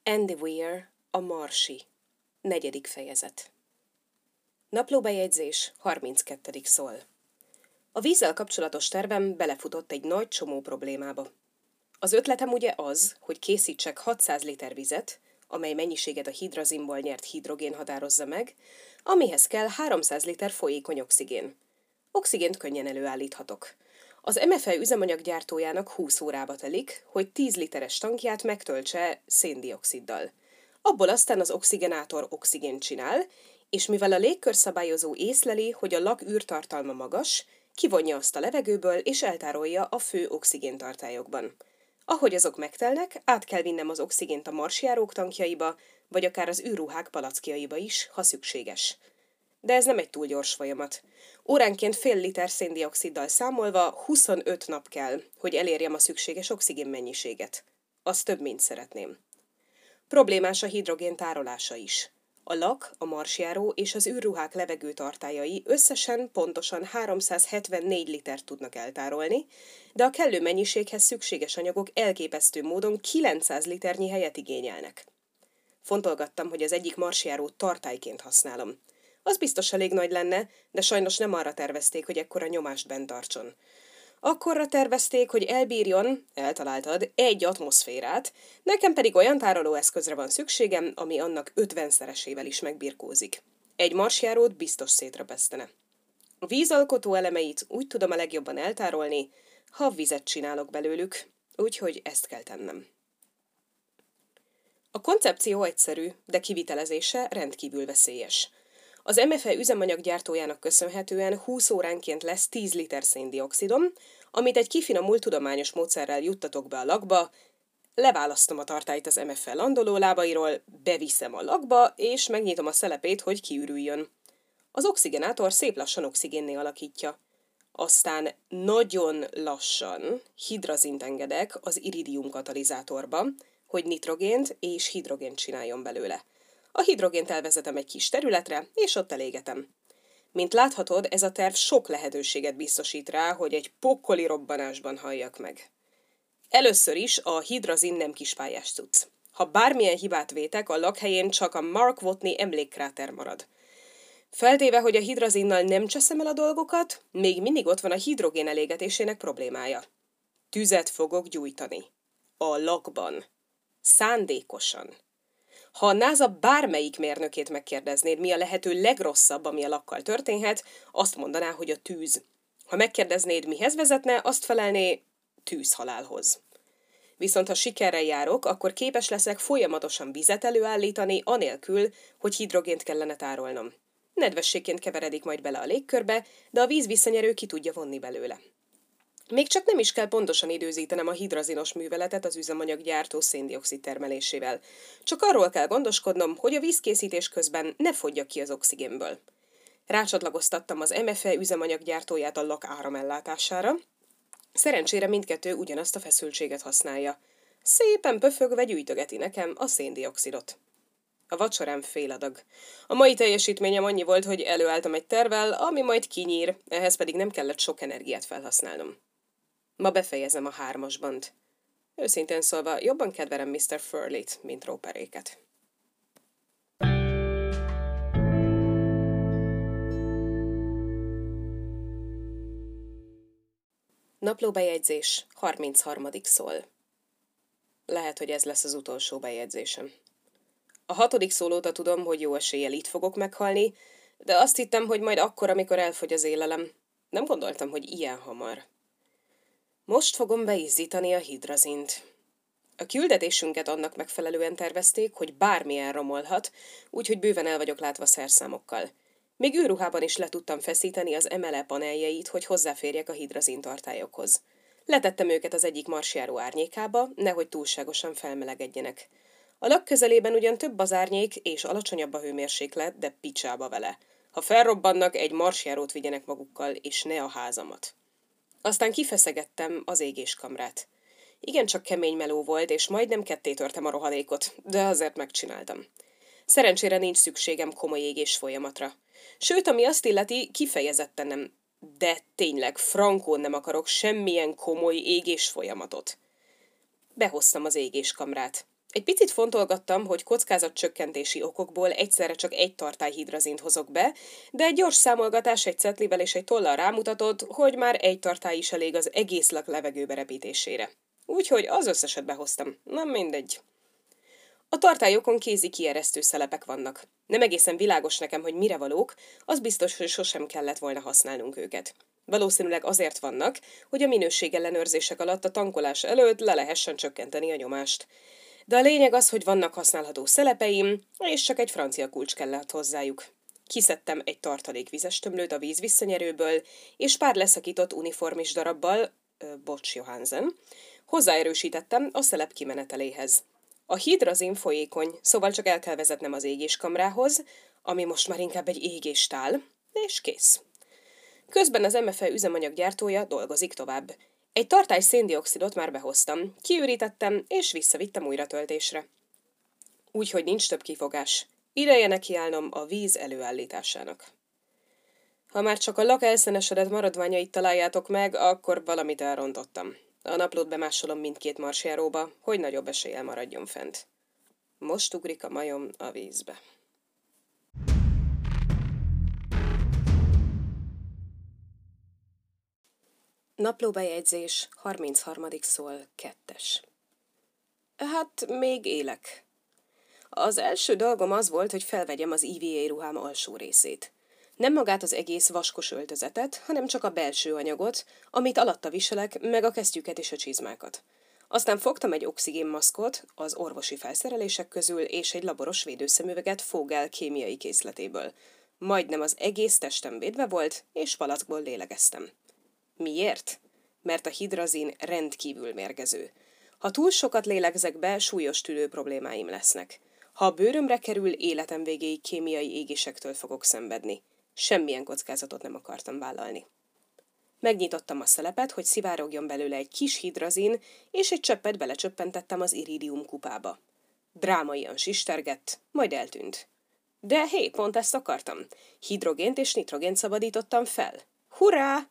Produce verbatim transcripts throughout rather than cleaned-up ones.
Andy Weir, a Marsi. Negyedik fejezet. Naplóbejegyzés, harminckettedik szól. A vízzel kapcsolatos tervem belefutott egy nagy csomó problémába. Az ötletem ugye az, hogy készítsek hatszáz liter vizet, amely mennyiséget a hidrazinból nyert hidrogén határozza meg, amihez kell háromszáz liter folyékony oxigén. Oxigént könnyen előállíthatok. Az em ef e üzemanyaggyártójának húsz órába telik, hogy tíz literes tankját megtöltse széndioxiddal. Abból aztán az oxigenátor oxigént csinál, és mivel a légkörszabályozó észleli, hogy a lak űrtartalma magas, kivonja azt a levegőből és eltárolja a fő oxigéntartályokban. Ahogy azok megtelnek, át kell vinnem az oxigént a marsjárók tankjaiba, vagy akár az űrruhák palackjaiba is, ha szükséges. De ez nem egy túl gyors folyamat. Óránként fél liter széndioxiddal számolva huszonöt nap kell, hogy elérjem a szükséges oxigén mennyiséget. Az több, mint szeretném. Problémás a hidrogén tárolása is. A lak, a marsjáró és az űrruhák levegőtartályai összesen pontosan háromszázhetvennégy litert tudnak eltárolni, de a kellő mennyiséghez szükséges anyagok elképesztő módon kilencszáz liternyi helyet igényelnek. Fontolgattam, hogy az egyik marsjárót tartályként használom. Az biztos elég nagy lenne, de sajnos nem arra tervezték, hogy ekkora nyomást bent tartson. Akkorra tervezték, hogy elbírjon, eltaláltad, egy atmoszférát, nekem pedig olyan tárolóeszközre van szükségem, ami annak ötvenszeresével is megbirkózik. Egy marsjárót biztos szétrepesztene. A vízalkotó elemeit úgy tudom a legjobban eltárolni, ha vizet csinálok belőlük, úgyhogy ezt kell tennem. A koncepció egyszerű, de kivitelezése rendkívül veszélyes. Az em ef e üzemanyaggyártójának köszönhetően húsz óránként lesz tíz liter széndioxidom, amit egy kifinomult tudományos módszerrel juttatok be a lakba, leválasztom a tartályt az em ef e landoló lábairól, beviszem a lakba, és megnyitom a szelepét, hogy kiürüljön. Az oxigenátor szép lassan oxigénné alakítja. Aztán nagyon lassan hidrazint engedek az iridium katalizátorba, hogy nitrogént és hidrogént csináljon belőle. A hidrogént elvezetem egy kis területre, és ott elégetem. Mint láthatod, ez a terv sok lehetőséget biztosít rá, hogy egy pokkoli robbanásban halljak meg. Először is a hidrazin nem kispályás cucc. Ha bármilyen hibát vétek, a lakhelyén csak a Mark Watney emlékkráter marad. Feltéve, hogy a hidrazinnal nem cseszem el a dolgokat, még mindig ott van a hidrogén elégetésének problémája. Tüzet fogok gyújtani. A lakban. Szándékosan. Ha a NASA bármelyik mérnökét megkérdeznéd, mi a lehető legrosszabb, ami a lakkal történhet, azt mondaná, hogy a tűz. Ha megkérdeznéd, mihez vezetne, azt felelné, tűzhalálhoz. Viszont ha sikerrel járok, akkor képes leszek folyamatosan vizet előállítani, anélkül, hogy hidrogént kellene tárolnom. Nedvességként keveredik majd bele a légkörbe, de a víz visszanyerő ki tudja vonni belőle. Még csak nem is kell pontosan időzítenem a hidrazinos műveletet az üzemanyaggyártó széndioxid termelésével. Csak arról kell gondoskodnom, hogy a vízkészítés közben ne fogyjak ki az oxigénből. Rácsatlakoztattam az em ef e üzemanyaggyártóját a lak áramellátására. Szerencsére mindkettő ugyanazt a feszültséget használja. Szépen pöfögve gyűjtögeti nekem a széndioxidot. A vacsorám fél adag. A mai teljesítményem annyi volt, hogy előálltam egy tervvel, ami majd kinyír, ehhez pedig nem kellett sok energiát felhasználnom. Ma befejezem a hármasbant. Őszintén szólva, jobban kedvelem miszter Furley-t, mint Roperéket. Naplóbejegyzés, harmincharmadik szól. Lehet, hogy ez lesz az utolsó bejegyzésem. A hatodik szól óta tudom, hogy jó eséllyel itt fogok meghalni, de azt hittem, hogy majd akkor, amikor elfogy az élelem. Nem gondoltam, hogy ilyen hamar. Most fogom beizzítani a hidrazint. A küldetésünket annak megfelelően tervezték, hogy bármilyen romolhat, úgyhogy bőven el vagyok látva szerszámokkal. Még űrruhában is le tudtam feszíteni az em el e paneljeit, hogy hozzáférjek a hidrazin tartályokhoz. Letettem őket az egyik marsjáró árnyékába, nehogy túlságosan felmelegedjenek. A lak közelében ugyan több az árnyék és alacsonyabb a hőmérséklet, de picsába vele. Ha felrobbannak, egy marsjárót vigyenek magukkal, és ne a házamat. Aztán kifeszegettem az égéskamrát. Igencsak kemény meló volt, és majdnem ketté törtem a rohadékot, de azért megcsináltam. Szerencsére nincs szükségem komoly égés folyamatra. Sőt, ami azt illeti, kifejezetten nem. De tényleg, frankón nem akarok semmilyen komoly égés folyamatot. Behoztam az égéskamrát. Egy picit fontolgattam, hogy kockázatcsökkentési okokból egyszerre csak egy tartály hidrazint hozok be, de egy gyors számolgatás egy cetlivel és egy tollal rámutatott, hogy már egy tartály is elég az egész lak levegőbe repítésére. Úgyhogy az összeset behoztam. Na mindegy. A tartályokon kézi kieresztő szelepek vannak. Nem egészen világos nekem, hogy mire valók, az biztos, hogy sosem kellett volna használnunk őket. Valószínűleg azért vannak, hogy a minőségellenőrzések alatt a tankolás előtt le lehessen csökkenteni a nyomást. De a lényeg az, hogy vannak használható szelepeim, és csak egy francia kulcs kellett hozzájuk. Kiszedtem egy tartalék vizes tömlőt a víz visszanyerőből, és pár leszakított uniformis darabbal, ö, bocs Johansen, hozzáerősítettem a szelep kimeneteléhez. A hidrazin folyékony, szóval csak el kell vezetnem az égéskamrához, ami most már inkább egy égéstál, és kész. Közben az em ef e üzemanyaggyártója dolgozik tovább. Egy tartály széndioxidot már behoztam, kiürítettem, és visszavittem újratöltésre. Úgyhogy nincs több kifogás. Ideje nekiállnom a víz előállításának. Ha már csak a lak elszenesedett maradványait találjátok meg, akkor valamit elrontottam. A naplót bemásolom mindkét marsjáróba, hogy nagyobb eséllyel maradjon fent. Most ugrik a majom a vízbe. Naplóbejegyzés, harmincharmadik szól, kettes. Hát, még élek. Az első dolgom az volt, hogy felvegyem az é vé á ruhám alsó részét. Nem magát az egész vaskos öltözetet, hanem csak a belső anyagot, amit alatta viselek, meg a kesztyűket és a csizmákat. Aztán fogtam egy oxigénmaszkot az orvosi felszerelések közül, és egy laboros védőszemüveget Fogel kémiai készletéből. Majdnem az egész testem védve volt, és palackból lélegeztem. Miért? Mert a hidrazin rendkívül mérgező. Ha túl sokat lélegzek be, súlyos tüdő problémáim lesznek. Ha a bőrömre kerül, életem végéig kémiai égésektől fogok szenvedni. Semmilyen kockázatot nem akartam vállalni. Megnyitottam a szelepet, hogy szivárogjon belőle egy kis hidrazin, és egy cseppet belecsöppentettem az iridium kupába. Drámaian sistergett, majd eltűnt. De hé, pont ezt akartam. Hidrogént és nitrogént szabadítottam fel. Hurrá!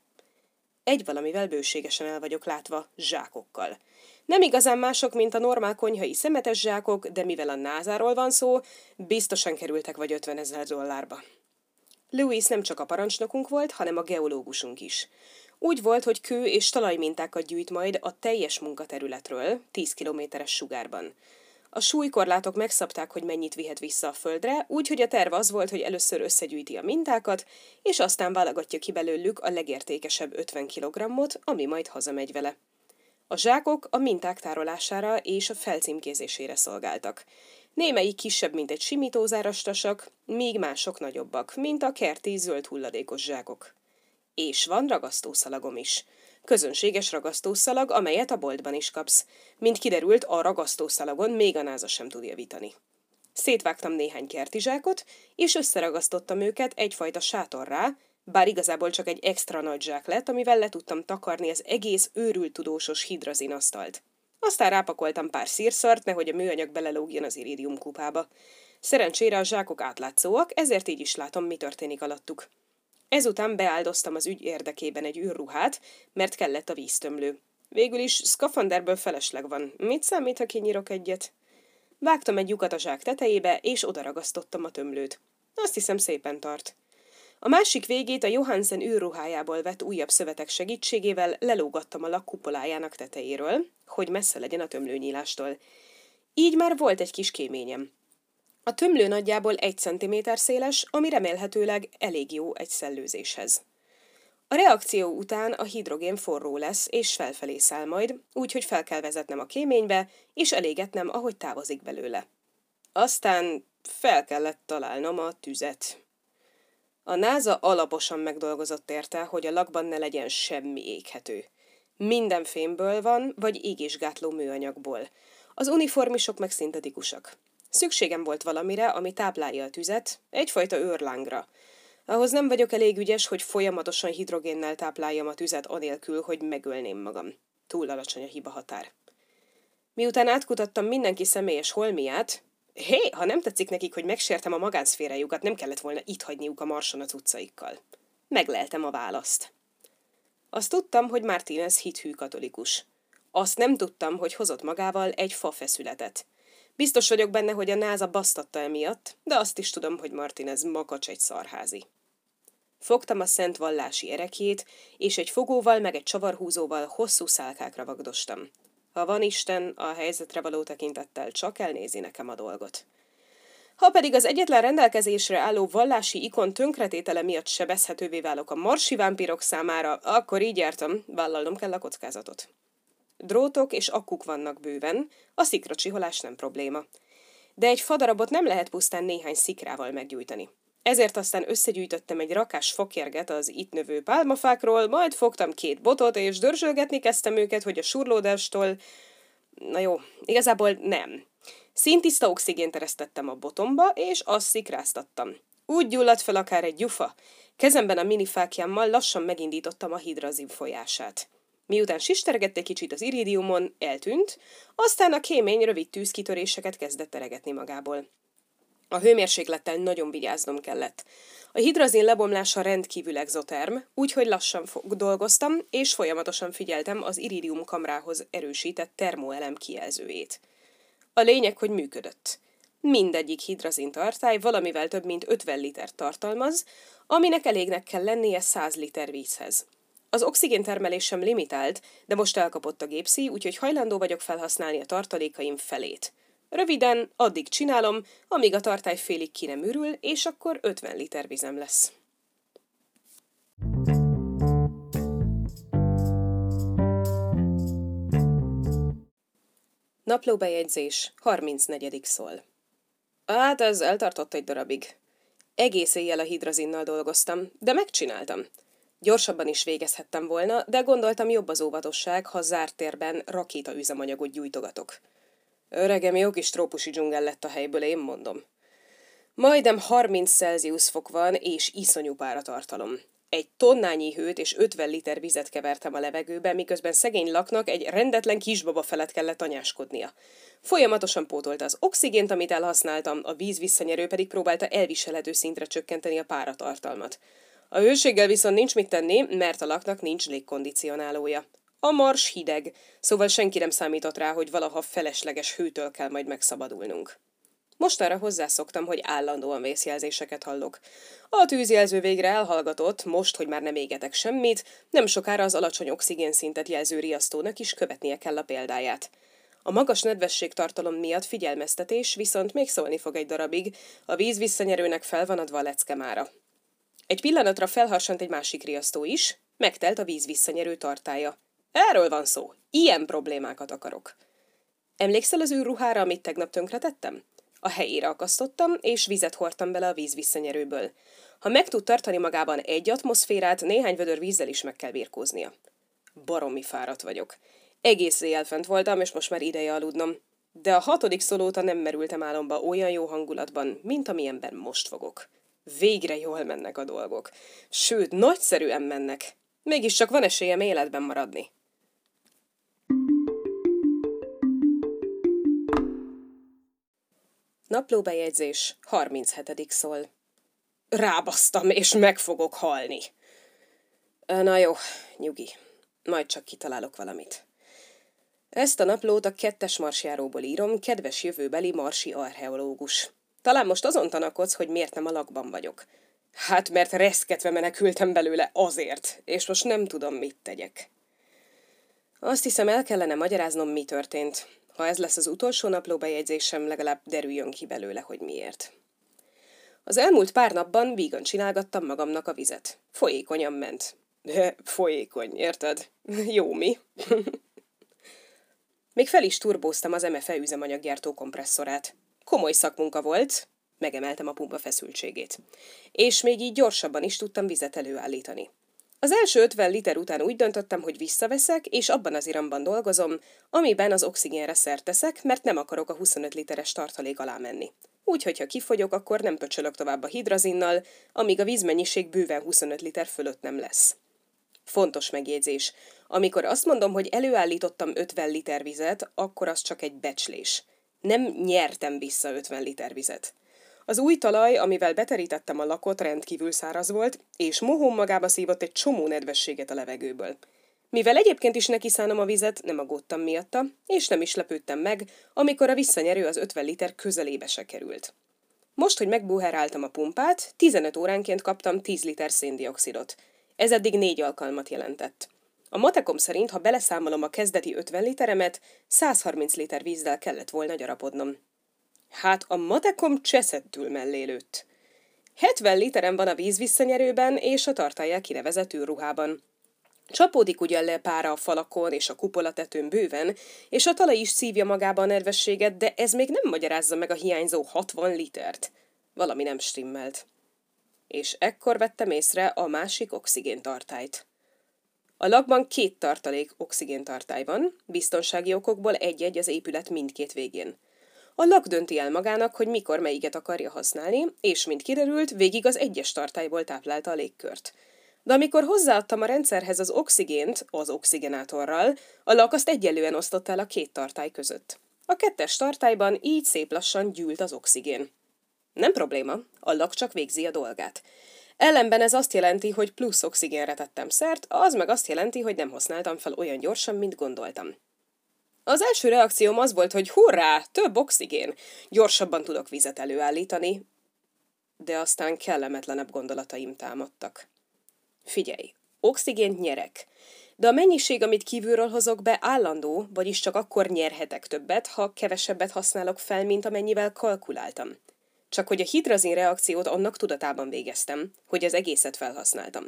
Egy valamivel bőségesen el vagyok látva, zsákokkal. Nem igazán mások, mint a normál konyhai szemetes zsákok, de mivel a nászáról van szó, biztosan kerültek vagy ötvenezer dollárba. Louis nem csak a parancsnokunk volt, hanem a geológusunk is. Úgy volt, hogy kő és talajmintákat gyűjt majd a teljes munkaterületről, tíz kilométeres sugárban. A súlykorlátok megszabták, hogy mennyit vihet vissza a földre, úgyhogy a terv az volt, hogy először összegyűjti a mintákat, és aztán válogatja ki belőlük a legértékesebb ötven kilogrammot, ami majd hazamegy vele. A zsákok a minták tárolására és a felcímkézésére szolgáltak. Némelyik kisebb, mint egy simítózárastasak, míg mások nagyobbak, mint a kerti zöld hulladékos zsákok. És van ragasztószalagom is. Közönséges ragasztószalag, amelyet a boltban is kapsz. Mint kiderült, a ragasztószalagon még a náza sem tud javítani. Szétvágtam néhány kertizsákot, és összeragasztottam őket egyfajta sátorrá, bár igazából csak egy extra nagy zsák lett, amivel le tudtam takarni az egész őrült tudósos hidrazinasztalt. Aztán rápakoltam pár szírszart, nehogy a műanyag belelógjon az iridium kupába. Szerencsére a zsákok átlátszóak, ezért így is látom, mi történik alattuk. Ezután beáldoztam az ügy érdekében egy űrruhát, mert kellett a víztömlő. Végül is szkafanderből felesleg van. Mit számít, ha kinyírok egyet? Vágtam egy lyukat a zsák tetejébe, és odaragasztottam a tömlőt. Azt hiszem, szépen tart. A másik végét a Johansen űrruhájából vett újabb szövetek segítségével lelógattam a lak kupolájának tetejéről, hogy messze legyen a tömlőnyílástól. Így már volt egy kis kéményem. A tömlő nagyjából egy centiméter széles, ami remélhetőleg elég jó egy szellőzéshez. A reakció után a hidrogén forró lesz, és felfelé száll majd, úgyhogy fel kell vezetnem a kéménybe, és elégetnem, ahogy távozik belőle. Aztán fel kellett találnom a tüzet. A náza alaposan megdolgozott érte, hogy a lakban ne legyen semmi éghető. Minden fémből van, vagy égésgátló műanyagból. Az uniformisok meg szintetikusak. Szükségem volt valamire, ami táplálja a tüzet, egyfajta őrlángra. Ahhoz nem vagyok elég ügyes, hogy folyamatosan hidrogénnel tápláljam a tüzet anélkül, hogy megölném magam. Túl alacsony a hiba határ. Miután átkutattam mindenki személyes holmiát, hé, ha nem tetszik nekik, hogy megsértem a magánszférájukat, nem kellett volna itt hagyniuk a Marson a cuccaikkal. Megleltem a választ. Azt tudtam, hogy Martínez hithű katolikus. Azt nem tudtam, hogy hozott magával egy fafeszületet. Biztos vagyok benne, hogy a náza basztatta emiatt, de azt is tudom, hogy Martinez makacs egy szarházi. Fogtam a szent vallási erekjét, és egy fogóval meg egy csavarhúzóval hosszú szálkákra vagdostam. Ha van Isten, a helyzetre való tekintettel csak elnézi nekem a dolgot. Ha pedig az egyetlen rendelkezésre álló vallási ikon tönkretétele miatt sebezhetővé válok a marsi vámpírok számára, akkor így jártam, vállalnom kell a kockázatot. Drótok és akkuk vannak bőven, a szikracsiholás nem probléma. De egy fadarabot nem lehet pusztán néhány szikrával meggyújtani. Ezért aztán összegyűjtöttem egy rakás fokérget az itt növő pálmafákról, majd fogtam két botot, és dörzsölgetni kezdtem őket, hogy a surlódástól... Na jó, igazából nem. Színtiszta oxigént eresztettem a botomba, és azt szikráztattam. Úgy gyulladt fel akár egy gyufa. Kezemben a minifákjámmal lassan megindítottam a hidrazin folyását. Miután sistergett egy kicsit az iridiumon, eltűnt, aztán a kémény rövid tűzkitöréseket kezdett eregetni magából. A hőmérséklettel nagyon vigyáznom kellett. A hidrazin lebomlása rendkívül exoterm, úgyhogy lassan dolgoztam, és folyamatosan figyeltem az iridium kamrához erősített termoelem kijelzőjét. A lényeg, hogy működött. Mindegyik hidrazin tartály valamivel több mint ötven litert tartalmaz, aminek elégnek kell lennie száz liter vízhez. Az oxigéntermelésem limitált, de most elkapott a gépszíj, úgyhogy hajlandó vagyok felhasználni a tartalékaim felét. Röviden, addig csinálom, amíg a tartály félig ki nem ürül, és akkor ötven liter vizem lesz. Naplóbejegyzés, harmincnegyedik szól. Hát ez eltartott egy darabig. Egész éjjel a hidrazinnal dolgoztam, de megcsináltam. Gyorsabban is végezhettem volna, de gondoltam, jobb az óvatosság, ha zárt térben rakétaüzemanyagot gyújtogatok. Öregem, jó kis trópusi dzsungel lett a helyből, én mondom. Majdnem harminc Celsius fok van, és iszonyú páratartalom. Egy tonnányi hőt és ötven liter vizet kevertem a levegőbe, miközben szegény laknak egy rendetlen kisbaba felett kellett anyáskodnia. Folyamatosan pótolta az oxigént, amit elhasználtam, a víz visszanyerő pedig próbálta elviselhető szintre csökkenteni a páratartalmat. A hőséggel viszont nincs mit tenni, mert a laknak nincs légkondicionálója. A mars hideg, szóval senki nem számított rá, hogy valaha felesleges hőtől kell majd megszabadulnunk. Mostanra hozzászoktam, hogy állandóan vészjelzéseket hallok. A tűzjelző végre elhallgatott, most, hogy már nem égetek semmit, nem sokára az alacsony oxigénszintet jelző riasztónak is követnie kell a példáját. A magas nedvességtartalom miatt figyelmeztetés viszont még szólni fog egy darabig, a víz visszanyerőnek fel van adva a leckemára. Egy pillanatra felharsant egy másik riasztó is, megtelt a víz visszanyerő tartálya. Erről van szó, ilyen problémákat akarok. Emlékszel az űrruhára, amit tegnap tönkretettem? A helyére akasztottam, és vizet hordtam bele a víz visszanyerőből. Ha meg tud tartani magában egy atmoszférát, néhány vödör vízzel is meg kell birkóznia. Baromi fáradt vagyok. Egész éjjel fent voltam, és most már ideje aludnom. De a hatodik szól óta nem merültem álomba olyan jó hangulatban, mint amilyenben most fogok. Végre jól mennek a dolgok. Sőt, nagyszerűen mennek. Mégis csak van esélyem életben maradni. Naplóbejegyzés, harminchetedik szól. Rábasztam, és meg fogok halni. Na jó, nyugi. Majd csak kitalálok valamit. Ezt a naplót a kettes marsjáróból írom, kedves jövőbeli marsi archeológus. Talán most azon tanakodsz, hogy miért nem a lakban vagyok. Hát, mert reszketve menekültem belőle azért, és most nem tudom, mit tegyek. Azt hiszem, el kellene magyaráznom, mi történt. Ha ez lesz az utolsó naplóbejegyzésem, legalább derüljön ki belőle, hogy miért. Az elmúlt pár napban vígan csinálgattam magamnak a vizet. Folyékonyan ment. De folyékony, érted? Jó mi? Még fel is turbóztam az em ef e üzemanyaggyártó kompresszorát. Komoly szakmunka volt, megemeltem a pumpa feszültségét. És még így gyorsabban is tudtam vizet előállítani. Az első ötven liter után úgy döntöttem, hogy visszaveszek, és abban az iramban dolgozom, amiben az oxigénre szert teszek, mert nem akarok a huszonöt literes tartalék alá menni. Úgyhogy ha kifogyok, akkor nem pöcsölök tovább a hidrazinnal, amíg a vízmennyiség bőven huszonöt liter fölött nem lesz. Fontos megjegyzés. Amikor azt mondom, hogy előállítottam ötven liter vizet, akkor az csak egy becslés. Nem nyertem vissza ötven liter vizet. Az új talaj, amivel beterítettem a lakot, rendkívül száraz volt, és mohón magába szívott egy csomó nedvességet a levegőből. Mivel egyébként is neki szánom a vizet, nem aggódtam miatta, és nem is lepődtem meg, amikor a visszanyerő az ötven liter közelébe se került. Most, hogy megbúheráltam a pumpát, tizenöt óránként kaptam tíz liter széndioxidot. Ez eddig négy alkalmat jelentett. A matekom szerint, ha beleszámolom a kezdeti ötven literemet, száz harminc liter vízzel kellett volna gyarapodnom. Hát a matekom cseszettül mellé lőtt. hetven literem van a víz visszanyerőben és a tartállyal kinevezett űrruhában. Csapódik ugyan le pára a falakon és a kupolatetőn bőven, és a talaj is szívja magába a nedvességet, de ez még nem magyarázza meg a hiányzó hatvan litert. Valami nem stimmelt. És ekkor vettem észre a másik oxigéntartályt. A lakban két tartalék oxigéntartály van, biztonsági okokból egy-egy az épület mindkét végén. A lak dönti el magának, hogy mikor melyiket akarja használni, és mint kiderült, végig az egyes tartályból táplálta a légkört. De amikor hozzáadtam a rendszerhez az oxigént, az oxigenátorral, a lak azt egyenlően osztott el a két tartály között. A kettes tartályban így szép lassan gyűlt az oxigén. Nem probléma, a lak csak végzi a dolgát. Ellenben ez azt jelenti, hogy plusz oxigénre tettem szert, az meg azt jelenti, hogy nem használtam fel olyan gyorsan, mint gondoltam. Az első reakcióm az volt, hogy hurrá, több oxigén, gyorsabban tudok vizet előállítani, de aztán kellemetlenebb gondolataim támadtak. Figyelj, oxigént nyerek, de a mennyiség, amit kívülről hozok be, állandó, vagyis csak akkor nyerhetek többet, ha kevesebbet használok fel, mint amennyivel kalkuláltam. Csak hogy a hidrazin reakciót annak tudatában végeztem, hogy az egészet felhasználtam.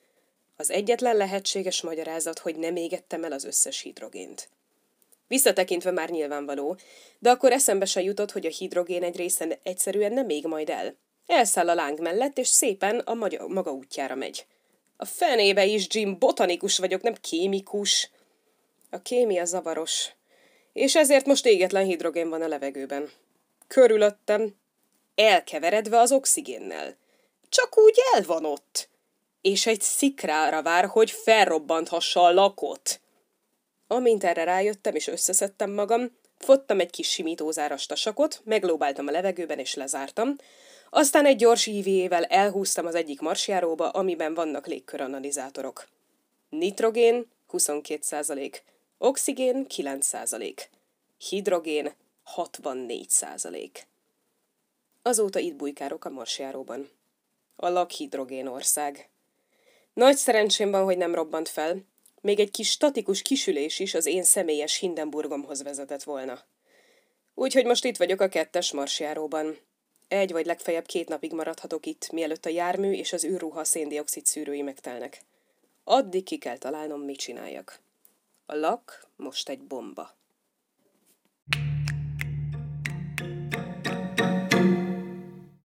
Az egyetlen lehetséges magyarázat, hogy nem égettem el az összes hidrogént. Visszatekintve már nyilvánvaló, de akkor eszembe se jutott, hogy a hidrogén egy részen egyszerűen nem ég majd el. Elszáll a láng mellett, és szépen a maga, maga útjára megy. A fenébe is, Jim, botanikus vagyok, nem kémikus. A kémia zavaros. És ezért most égetlen hidrogén van a levegőben. Körülöttem, elkeveredve az oxigénnel. Csak úgy el van ott. És egy szikrára vár, hogy felrobbanthassa a lakot. Amint erre rájöttem és összeszedtem magam, fottam egy kis simítózáras tasakot, meglóbáltam a levegőben és lezártam, aztán egy gyors ívével elhúztam az egyik marsjáróba, amiben vannak légköranalizátorok. Nitrogén huszonkét százalék, oxigén kilenc százalék, hidrogén hatvannégy százalék. Azóta itt bujkárok a marsjáróban. A lak hidrogén ország. Nagy szerencsém van, hogy nem robbant fel, még egy kis statikus kisülés is az én személyes Hindenburgomhoz vezetett volna. Úgyhogy most itt vagyok a kettes marsjáróban. Egy vagy legfeljebb két napig maradhatok itt, mielőtt a jármű és az űrruha széndioxid szűrői megtelnek. Addig ki kell találnom, mit csináljak. A lak most egy bomba.